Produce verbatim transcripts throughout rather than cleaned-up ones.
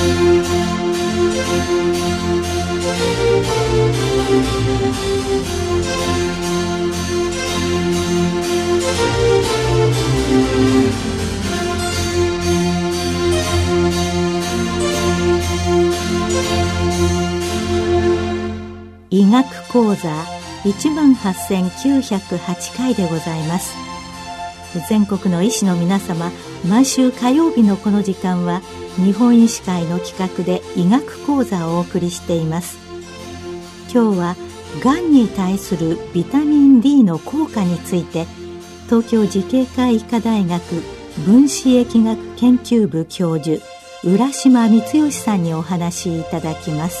医学講座 いちまんはっせんきゅうひゃくはち 回でございます。全国の医師の皆様、毎週火曜日のこの時間は日本医師会の企画で医学講座をお送りしています。今日はがんに対するビタミン D の効果について、東京慈恵会医科大学分子疫学研究部教授浦島光義さんにお話しいただきます。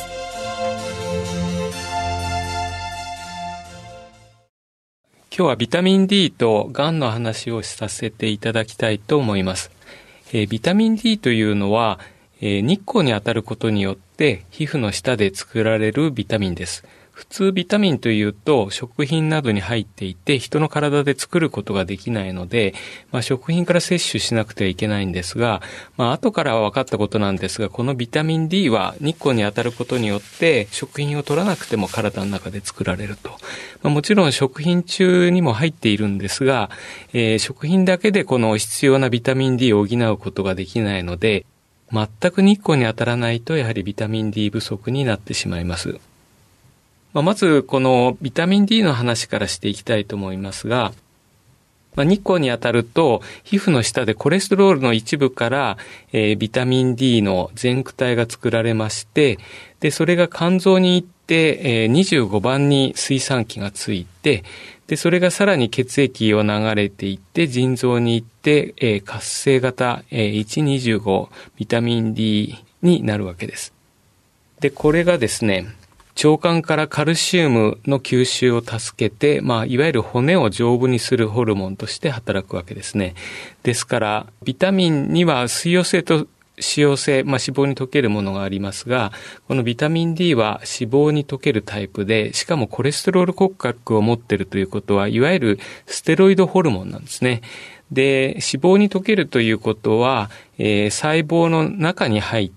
今日はビタミン D とがんの話をさせていただきたいと思います。えー、ビタミン D というのは、えー、日光に当たることによって皮膚の下で作られるビタミンです。普通ビタミンというと食品などに入っていて人の体で作ることができないので、まあ、食品から摂取しなくてはいけないんですが、まあ後からは分かったことなんですが、このビタミン D は日光に当たることによって食品を取らなくても体の中で作られると。まあ、もちろん食品中にも入っているんですが、えー、食品だけでこの必要なビタミン D を補うことができないので、全く日光に当たらないとやはりビタミン D 不足になってしまいます。まずこのビタミン D の話からしていきたいと思いますが、まあ、日光に当たると皮膚の下でコレステロールの一部から、えー、ビタミン D の全躯体が作られまして、でそれが肝臓に行って、えー、にじゅうごばんに水酸基がついて、でそれがさらに血液を流れていって腎臓に行って、えー、活性型、えー、いちにじゅうごビタミン D になるわけです。でこれがですね、腸管からカルシウムの吸収を助けて、まあ、いわゆる骨を丈夫にするホルモンとして働くわけですね。ですから、ビタミンには水溶性と脂溶性、まあ、脂肪に溶けるものがありますが、このビタミン D は脂肪に溶けるタイプで、しかもコレステロール骨格を持っているということは、いわゆるステロイドホルモンなんですね。で、脂肪に溶けるということは、えー、細胞の中に入って、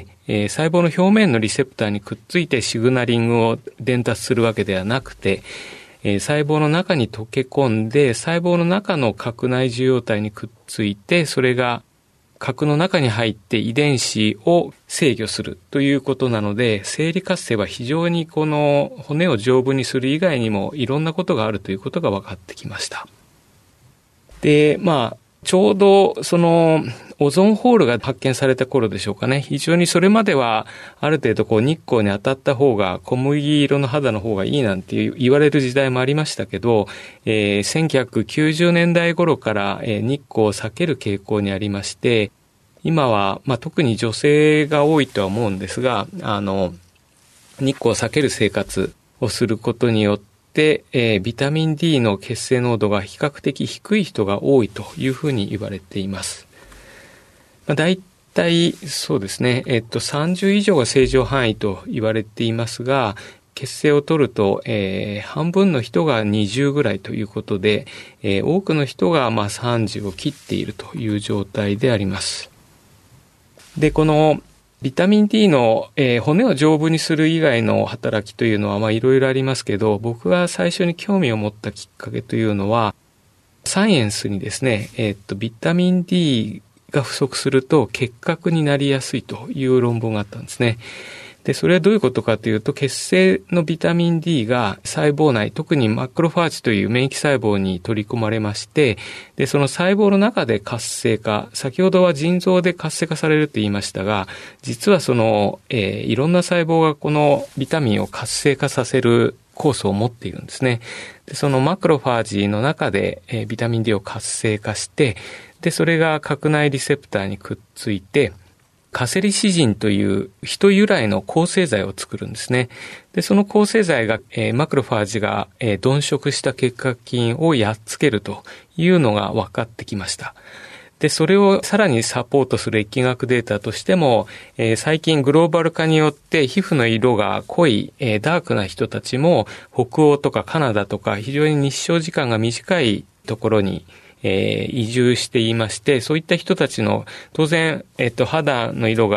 えー、細胞の表面のリセプターにくっついてシグナリングを伝達するわけではなくて、えー、細胞の中に溶け込んで細胞の中の核内受容体にくっついて、それが核の中に入って遺伝子を制御するということなので、生理活性は非常にこの骨を丈夫にする以外にもいろんなことがあるということが分かってきました。で、まあちょうどそのオゾンホールが発見された頃でしょうかね。非常にそれまではある程度こう日光に当たった方が小麦色の肌の方がいいなんて言われる時代もありましたけど、えー、せんきゅうひゃくきゅうじゅうねんだい頃から、えー、日光を避ける傾向にありまして、今は、まあ、特に女性が多いとは思うんですが、あの日光を避ける生活をすることによってで、えー、ビタミン D の血清濃度が比較的低い人が多いというふうに言われています。まあ、大体そうですね、えっとさんじゅう以上が正常範囲と言われていますが、血清を取ると、えー、半分の人がにじゅうぐらいということで、えー、多くの人がまあさんじゅうを切っているという状態であります。で、このビタミン D の、えー、骨を丈夫にする以外の働きというのはまあいろいろありますけど、僕が最初に興味を持ったきっかけというのは、サイエンスにですね、えー、っとビタミン D が不足すると結核になりやすいという論文があったんですね。で、それはどういうことかというと、血清のビタミン D が細胞内、特にマクロファージという免疫細胞に取り込まれまして、で、その細胞の中で活性化、先ほどは腎臓で活性化されると言いましたが、実はその、えー、いろんな細胞がこのビタミンを活性化させる酵素を持っているんですね。で、そのマクロファージの中で、えー、ビタミン D を活性化して、で、それが核内リセプターにくっついて、カセリシジンという人由来の抗生剤を作るんですね。で、その抗生剤が、えー、マクロファージが、えー、鈍色した結核菌をやっつけるというのが分かってきました。で、それをさらにサポートする疫学データとしても、えー、最近グローバル化によって皮膚の色が濃い、えー、ダークな人たちも北欧とかカナダとか非常に日照時間が短いところにえー、移住していまして、そういった人たちの当然、えっと、肌の色が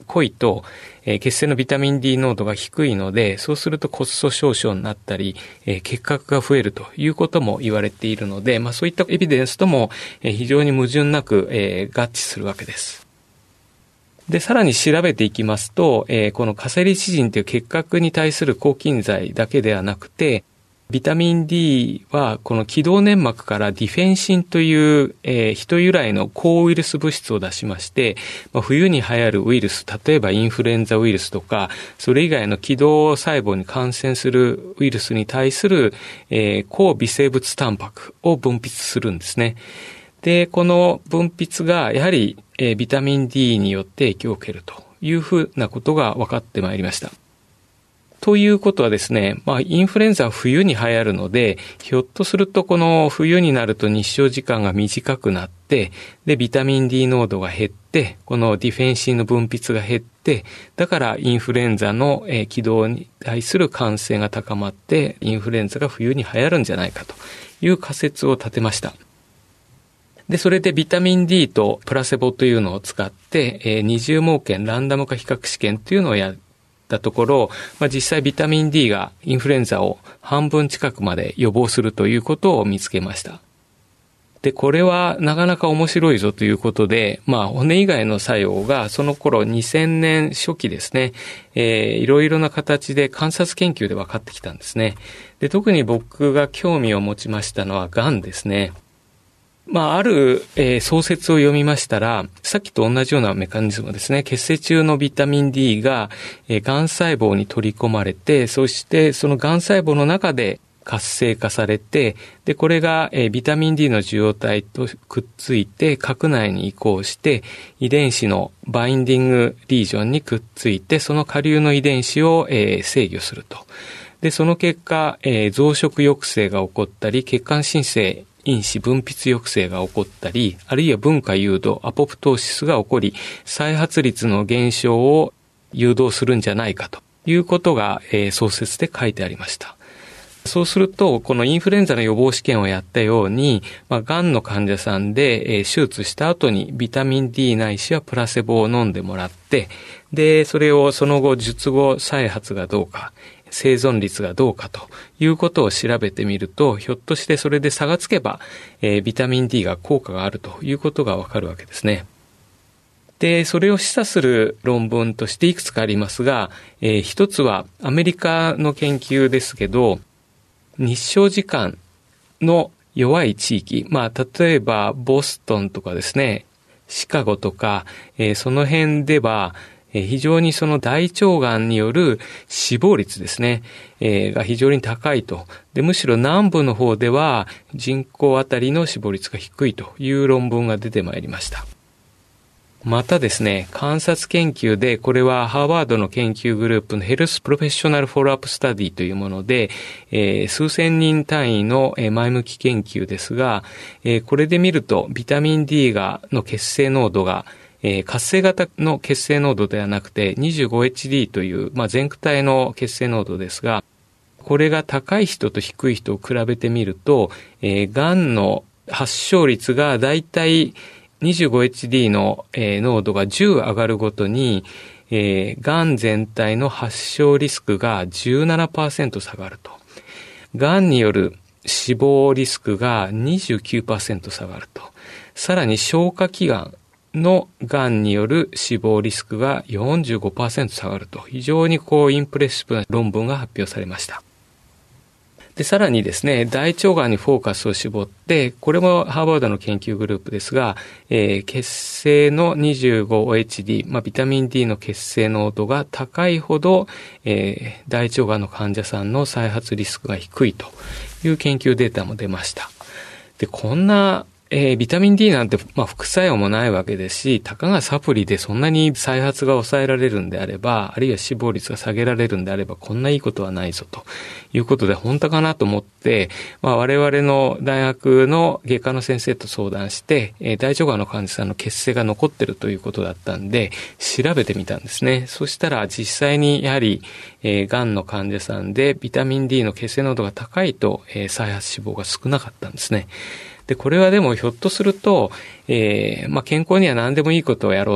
濃いと、えー、血清のビタミン D 濃度が低いので、そうすると骨粗鬆症になったり、えー、結核が増えるということも言われているので、まあそういったエビデンスとも、えー、非常に矛盾なく、えー、合致するわけです。で、さらに調べていきますと、えー、このカセリチジンという結核に対する抗菌剤だけではなくて、ビタミン D はこの気道粘膜からディフェンシンという、えー、人由来の抗ウイルス物質を出しまして、まあ、冬に流行るウイルス、例えばインフルエンザウイルスとか、それ以外の気道細胞に感染するウイルスに対する、えー、抗微生物タンパクを分泌するんですね。で、この分泌がやはり、えー、ビタミン D によって影響を受けるというふうなことが分かってまいりました。ということはですね、まあ、インフルエンザは冬に流行るので、ひょっとするとこの冬になると日照時間が短くなって、で、ビタミン D 濃度が減って、このディフェンシンの分泌が減って、だからインフルエンザの気道に対する感染が高まって、インフルエンザが冬に流行るんじゃないかという仮説を立てました。で、それでビタミン D とプラセボというのを使って、えー、二重盲検ランダム化比較試験というのをやったところ、まあ、実際ビタミン D がインフルエンザを半分近くまで予防するということを見つけました。で、これはなかなか面白いぞということで、まあ、骨以外の作用がその頃にせんねん初期ですね、えー、いろいろな形で観察研究で分かってきたんですね。で、特に僕が興味を持ちましたのはがんですね。まあ、ある、えー、創設を読みましたら、さっきと同じようなメカニズムですね。血清中のビタミン D が、えー、がん細胞に取り込まれて、そしてそのがん細胞の中で活性化されて、で、これが、えー、ビタミン D の受容体とくっついて、核内に移行して、遺伝子のバインディングリージョンにくっついて、その下流の遺伝子を、えー、制御すると。で、その結果、えー、増殖抑制が起こったり、血管新生因子分泌抑制が起こったり、あるいは分化誘導、アポプトーシスが起こり、再発率の減少を誘導するんじゃないかということが、えー、創設で書いてありました。そうすると、このインフルエンザの予防試験をやったように、まあ、がんの患者さんで、えー、手術した後にビタミン D ないしはプラセボを飲んでもらって、で、それをその後、術後再発がどうか、生存率がどうかということを調べてみると、ひょっとしてそれで差がつけば、えー、ビタミン D が効果があるということがわかるわけですね。で、それを示唆する論文としていくつかありますが、えー、一つはアメリカの研究ですけど、日照時間の弱い地域、まあ、例えばボストンとかですね、シカゴとか、えー、その辺では、非常にその大腸がんによる死亡率ですね、えー、が非常に高いと。で、むしろ南部の方では人口あたりの死亡率が低いという論文が出てまいりました。またですね、観察研究で、これはハーバードの研究グループのヘルスプロフェッショナルフォローアップスタディというもので、えー、数千人単位の前向き研究ですが、えー、これで見るとビタミン D がの血清濃度がえー、活性型の血清濃度ではなくて にじゅうごエイチディー という、まあ、全区体の血清濃度ですが、これが高い人と低い人を比べてみると、えー、がんの発症率がだいたい にじゅうごエイチディー の、えー、濃度がじゅう上がるごとに、えー、がん全体の発症リスクが じゅうななパーセント 下がると。がんによる死亡リスクが にじゅうきゅうパーセント 下がると。さらに消化器官のがんによる死亡リスクが よんじゅうごパーセント 下がると、非常にこうインプレッシブな論文が発表されました。で、さらにですね、大腸がんにフォーカスを絞って、これもハーバードの研究グループですが、えー、血清の にじゅうごエイチディー、まあ、ビタミン D の血清濃度が高いほど、えー、大腸がんの患者さんの再発リスクが低いという研究データも出ました。で、こんなえー、ビタミン D なんて、まあ、副作用もないわけですし、たかがサプリでそんなに再発が抑えられるんであれば、あるいは死亡率が下げられるんであれば、こんないいことはないぞということで、本当かなと思って、まあ、我々の大学の外科の先生と相談して、えー、大腸がんの患者さんの血清が残ってるということだったんで、調べてみたんですね。そしたら実際にやはり、えー、がんの患者さんでビタミン D の血清濃度が高いと、えー、再発死亡が少なかったんですね。で、これはでもひょっとすると、えー、まあ、健康には何でもいいことをやろうと。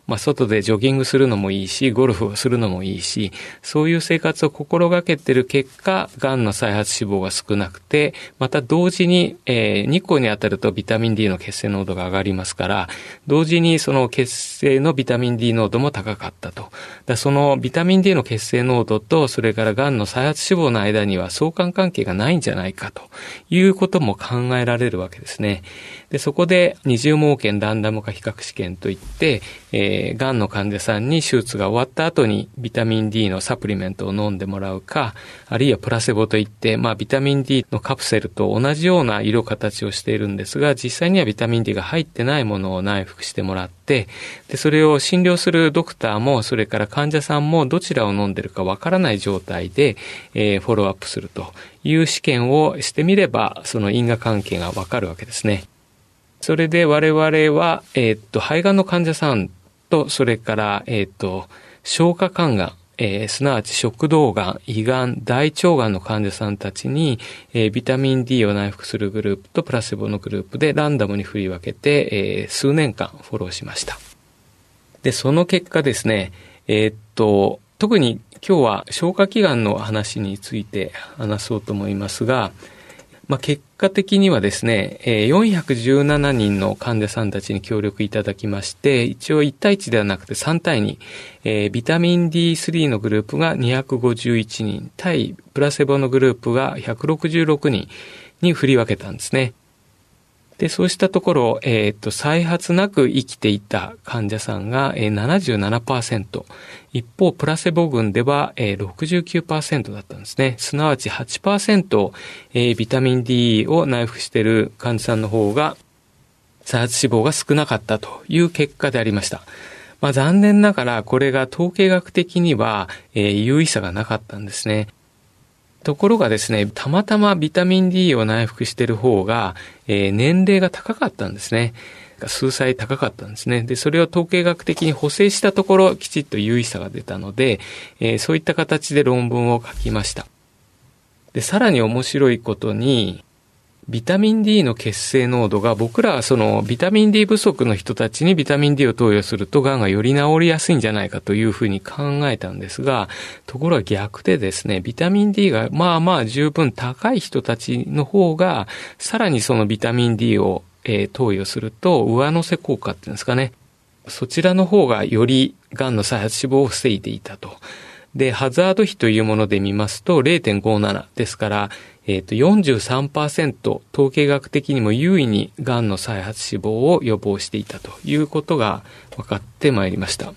まあ、外でジョギングするのもいいし、ゴルフをするのもいいし、そういう生活を心がけている結果、がんの再発死亡が少なくて、また同時に、えー、日光に当たるとビタミン D の血清濃度が上がりますから、同時にその血清のビタミン D 濃度も高かったと。だそのビタミン D の血清濃度と、それからがんの再発死亡の間には相関関係がないんじゃないかということも考えられるわけですね。でそこで二重盲検ランダム化比較試験といって、えー、がんの患者さんに手術が終わった後にビタミン D のサプリメントを飲んでもらうか、あるいはプラセボといって、まあ、ビタミン D のカプセルと同じような色形をしているんですが、実際にはビタミン D が入ってないものを内服してもらって、でそれを診療するドクターもそれから患者さんもどちらを飲んでるかわからない状態で、えー、フォローアップするという試験をしてみれば、その因果関係がわかるわけですね。それで我々は、えー、っと肺がんの患者さんと、それから、えー、っと消化管がん、えー、すなわち食道がん、胃がん、大腸がんの患者さんたちに、えー、ビタミン D を内服するグループとプラセボのグループでランダムに振り分けて、えー、数年間フォローしました。でその結果ですね、えー、っと特に今日は消化器がんの話について話そうと思いますが、まあ、結果的にはですね、よんひゃくじゅうななにんの患者さんたちに協力いただきまして、一応いち対いちではなくてさん対に、えー、ビタミン ディースリー のグループがにひゃくごじゅういちにん、対プラセボのグループがひゃくろくじゅうろくにんに振り分けたんですね。で、そうしたところ、えっと、再発なく生きていた患者さんが、えー、ななじゅうななパーセント。一方、プラセボ群では、えー、ろくじゅうきゅうパーセントだったんですね。すなわち はちパーセント、えー、ビタミン D を内服している患者さんの方が、再発死亡が少なかったという結果でありました。まあ、残念ながら、これが統計学的には、えー、有意差がなかったんですね。ところがですね、たまたまビタミン D を内服している方が、えー、年齢が高かったんですね。数歳高かったんですね。で、それを統計学的に補正したところ、きちっと有意差が出たので、えー、そういった形で論文を書きました。で、さらに面白いことに、ビタミン D の血清濃度が、僕らはそのビタミン D 不足の人たちにビタミン D を投与するとがんがより治りやすいんじゃないかというふうに考えたんですが、ところが逆でですね、ビタミン D がまあまあ十分高い人たちの方が、さらにそのビタミン D を、えー、投与すると上乗せ効果っていうんですかね、そちらの方がよりがんの再発死亡を防いでいたと。で、ハザード比というもので見ますと れいてんごなな ですから、えっと、よんじゅうさんパーセント 統計学的にも優位にがんの再発死亡を予防していたということが分かってまいりました。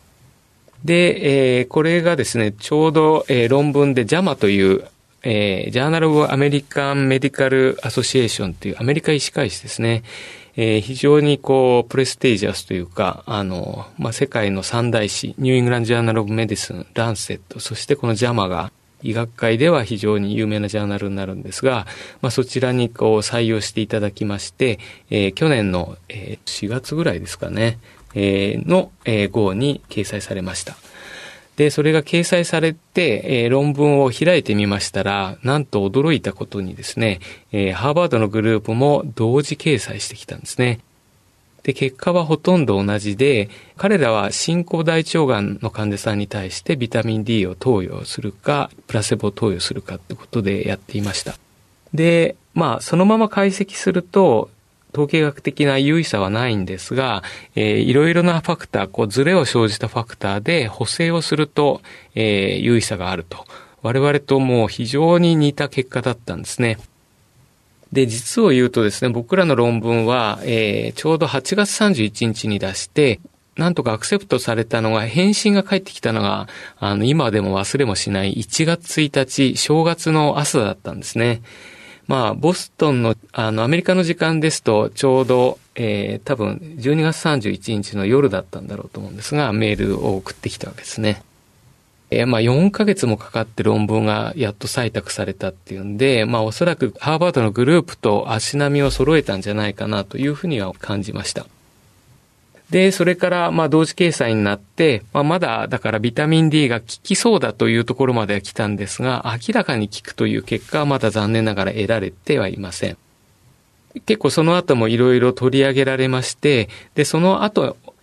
で、えー、これがですね、ちょうど、えー、論文で ジャマ という、えー、ジャーナル・オブ・アメリカン・メディカル・アソシエーションというアメリカ医師会誌ですね。えー、非常にこう、プレステージャスというか、あの、まあ、世界の三大誌、ニューイングランド・ジャーナル・オブ・メディスン、ランセット、そしてこの ジャマ が、医学界では非常に有名なジャーナルになるんですが、まあ、そちらにこう採用していただきまして、えー、去年の、えー、しがつぐらいですかね、えー、の、えー、号に掲載されました。で、それが掲載されて、えー、論文を開いてみましたら、なんと驚いたことにですね、えー、ハーバードのグループも同時掲載してきたんですね。で、結果はほとんど同じで、彼らは進行大腸がんの患者さんに対してビタミン D を投与するか、プラセボを投与するかってことでやっていました。で、まあ、そのまま解析すると、統計学的な有意差はないんですが、えー、いろいろなファクター、こう、ズレを生じたファクターで補正をすると、えー、有意差があると。我々ともう非常に似た結果だったんですね。で、実を言うとですね、僕らの論文は、えー、ちょうどはちがつさんじゅういちにちに出して、なんとかアクセプトされたのが、返信が返ってきたのが、あの、今でも忘れもしないいちがつついたち、正月の朝だったんですね。まあ、ボストンの、あの、アメリカの時間ですと、ちょうど、えー、多分、じゅうにがつさんじゅういちにちの夜だったんだろうと思うんですが、メールを送ってきたわけですね。えー、まあ、よんかげつもかかって論文がやっと採択されたっていうんで、まあ、おそらくハーバードのグループと足並みを揃えたんじゃないかなというふうには感じました。で、それから、まあ、同時掲載になって、まあ、まだ、だからビタミン D が効きそうだというところまでは来たんですが、明らかに効くという結果はまだ残念ながら得られてはいません。結構その後もいろいろ取り上げられまして、で、その後、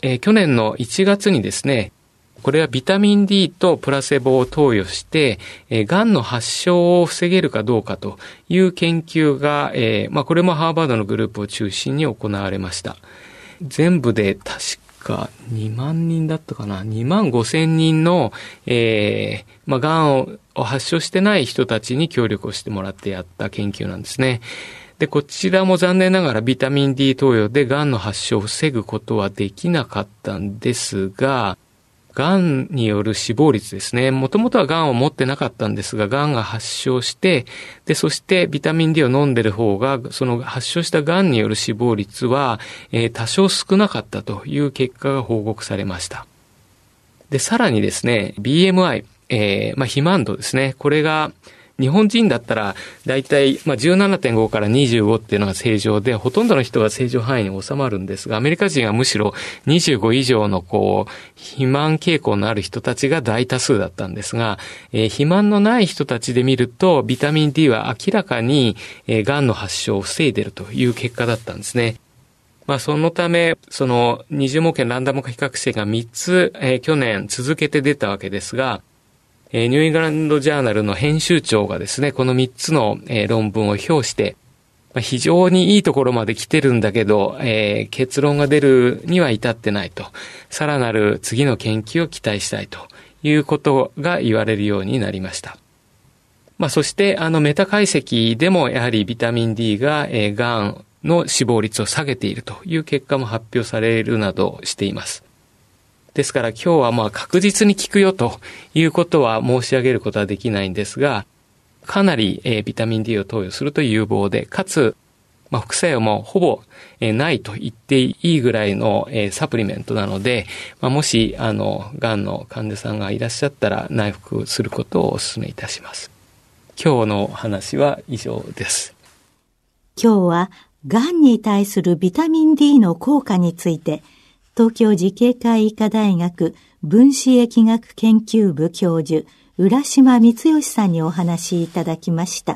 えー、去年のいちがつにですね、これはビタミン D とプラセボを投与して、えー、がんの発症を防げるかどうかという研究が、えーまあ、これもハーバードのグループを中心に行われました。全部で確かにまんにんだったかな、にまんごせんにんの、えーまあ、がんを発症してない人たちに協力をしてもらってやった研究なんですね。で、こちらも残念ながらビタミン D 投与でがんの発症を防ぐことはできなかったんですが、がんによる死亡率ですね。もともとはがんを持ってなかったんですが、がんが発症して、で、そしてビタミン D を飲んでる方が、その発症したがんによる死亡率は、えー、多少少なかったという結果が報告されました。で、さらにですね、ビーエムアイ、えー、まあ、肥満度ですね。これが、日本人だったら、だいたい、まあ、じゅうななてんご からにじゅうごっていうのが正常で、ほとんどの人が正常範囲に収まるんですが、アメリカ人はむしろにじゅうご以上の、こう、肥満傾向のある人たちが大多数だったんですが、えー、肥満のない人たちで見ると、ビタミン D は明らかに、えー、がんの発症を防いでいるという結果だったんですね。まあ、そのため、そのにじゅうもうけんランダム化比較試がみっつ、えー、去年続けて出たわけですが、ニューイングランドジャーナルの編集長がですね、このみっつの論文を評して、非常にいいところまで来てるんだけど、えー、結論が出るには至ってないと。さらなる次の研究を期待したいということが言われるようになりました。まあ、そして、あの、メタ解析でもやはりビタミン D が、えー、がんの死亡率を下げているという結果も発表されるなどしています。ですから今日はまあ確実に効くよということは申し上げることはできないんですが、かなり、えー、ビタミン D を投与すると有望で、かつ、まあ、副作用もほぼ、えー、ないと言っていいぐらいの、えー、サプリメントなので、まあ、もし、あの、がんの患者さんがいらっしゃったら内服することをお勧めいたします。今日の話は以上です。 今日は、がんに対するビタミン D の効果について、東京慈恵会医科大学分子疫学研究部教授、浦島光義さんにお話しいただきました。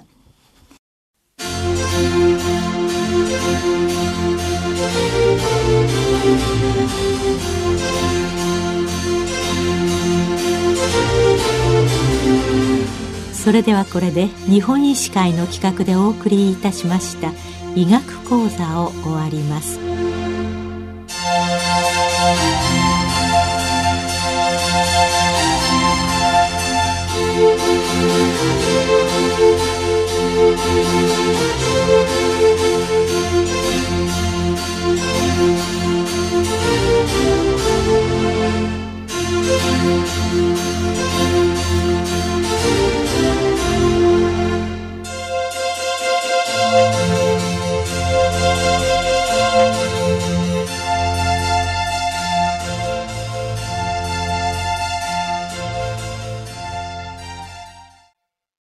それではこれで日本医師会の企画でお送りいたしました医学講座を終わります。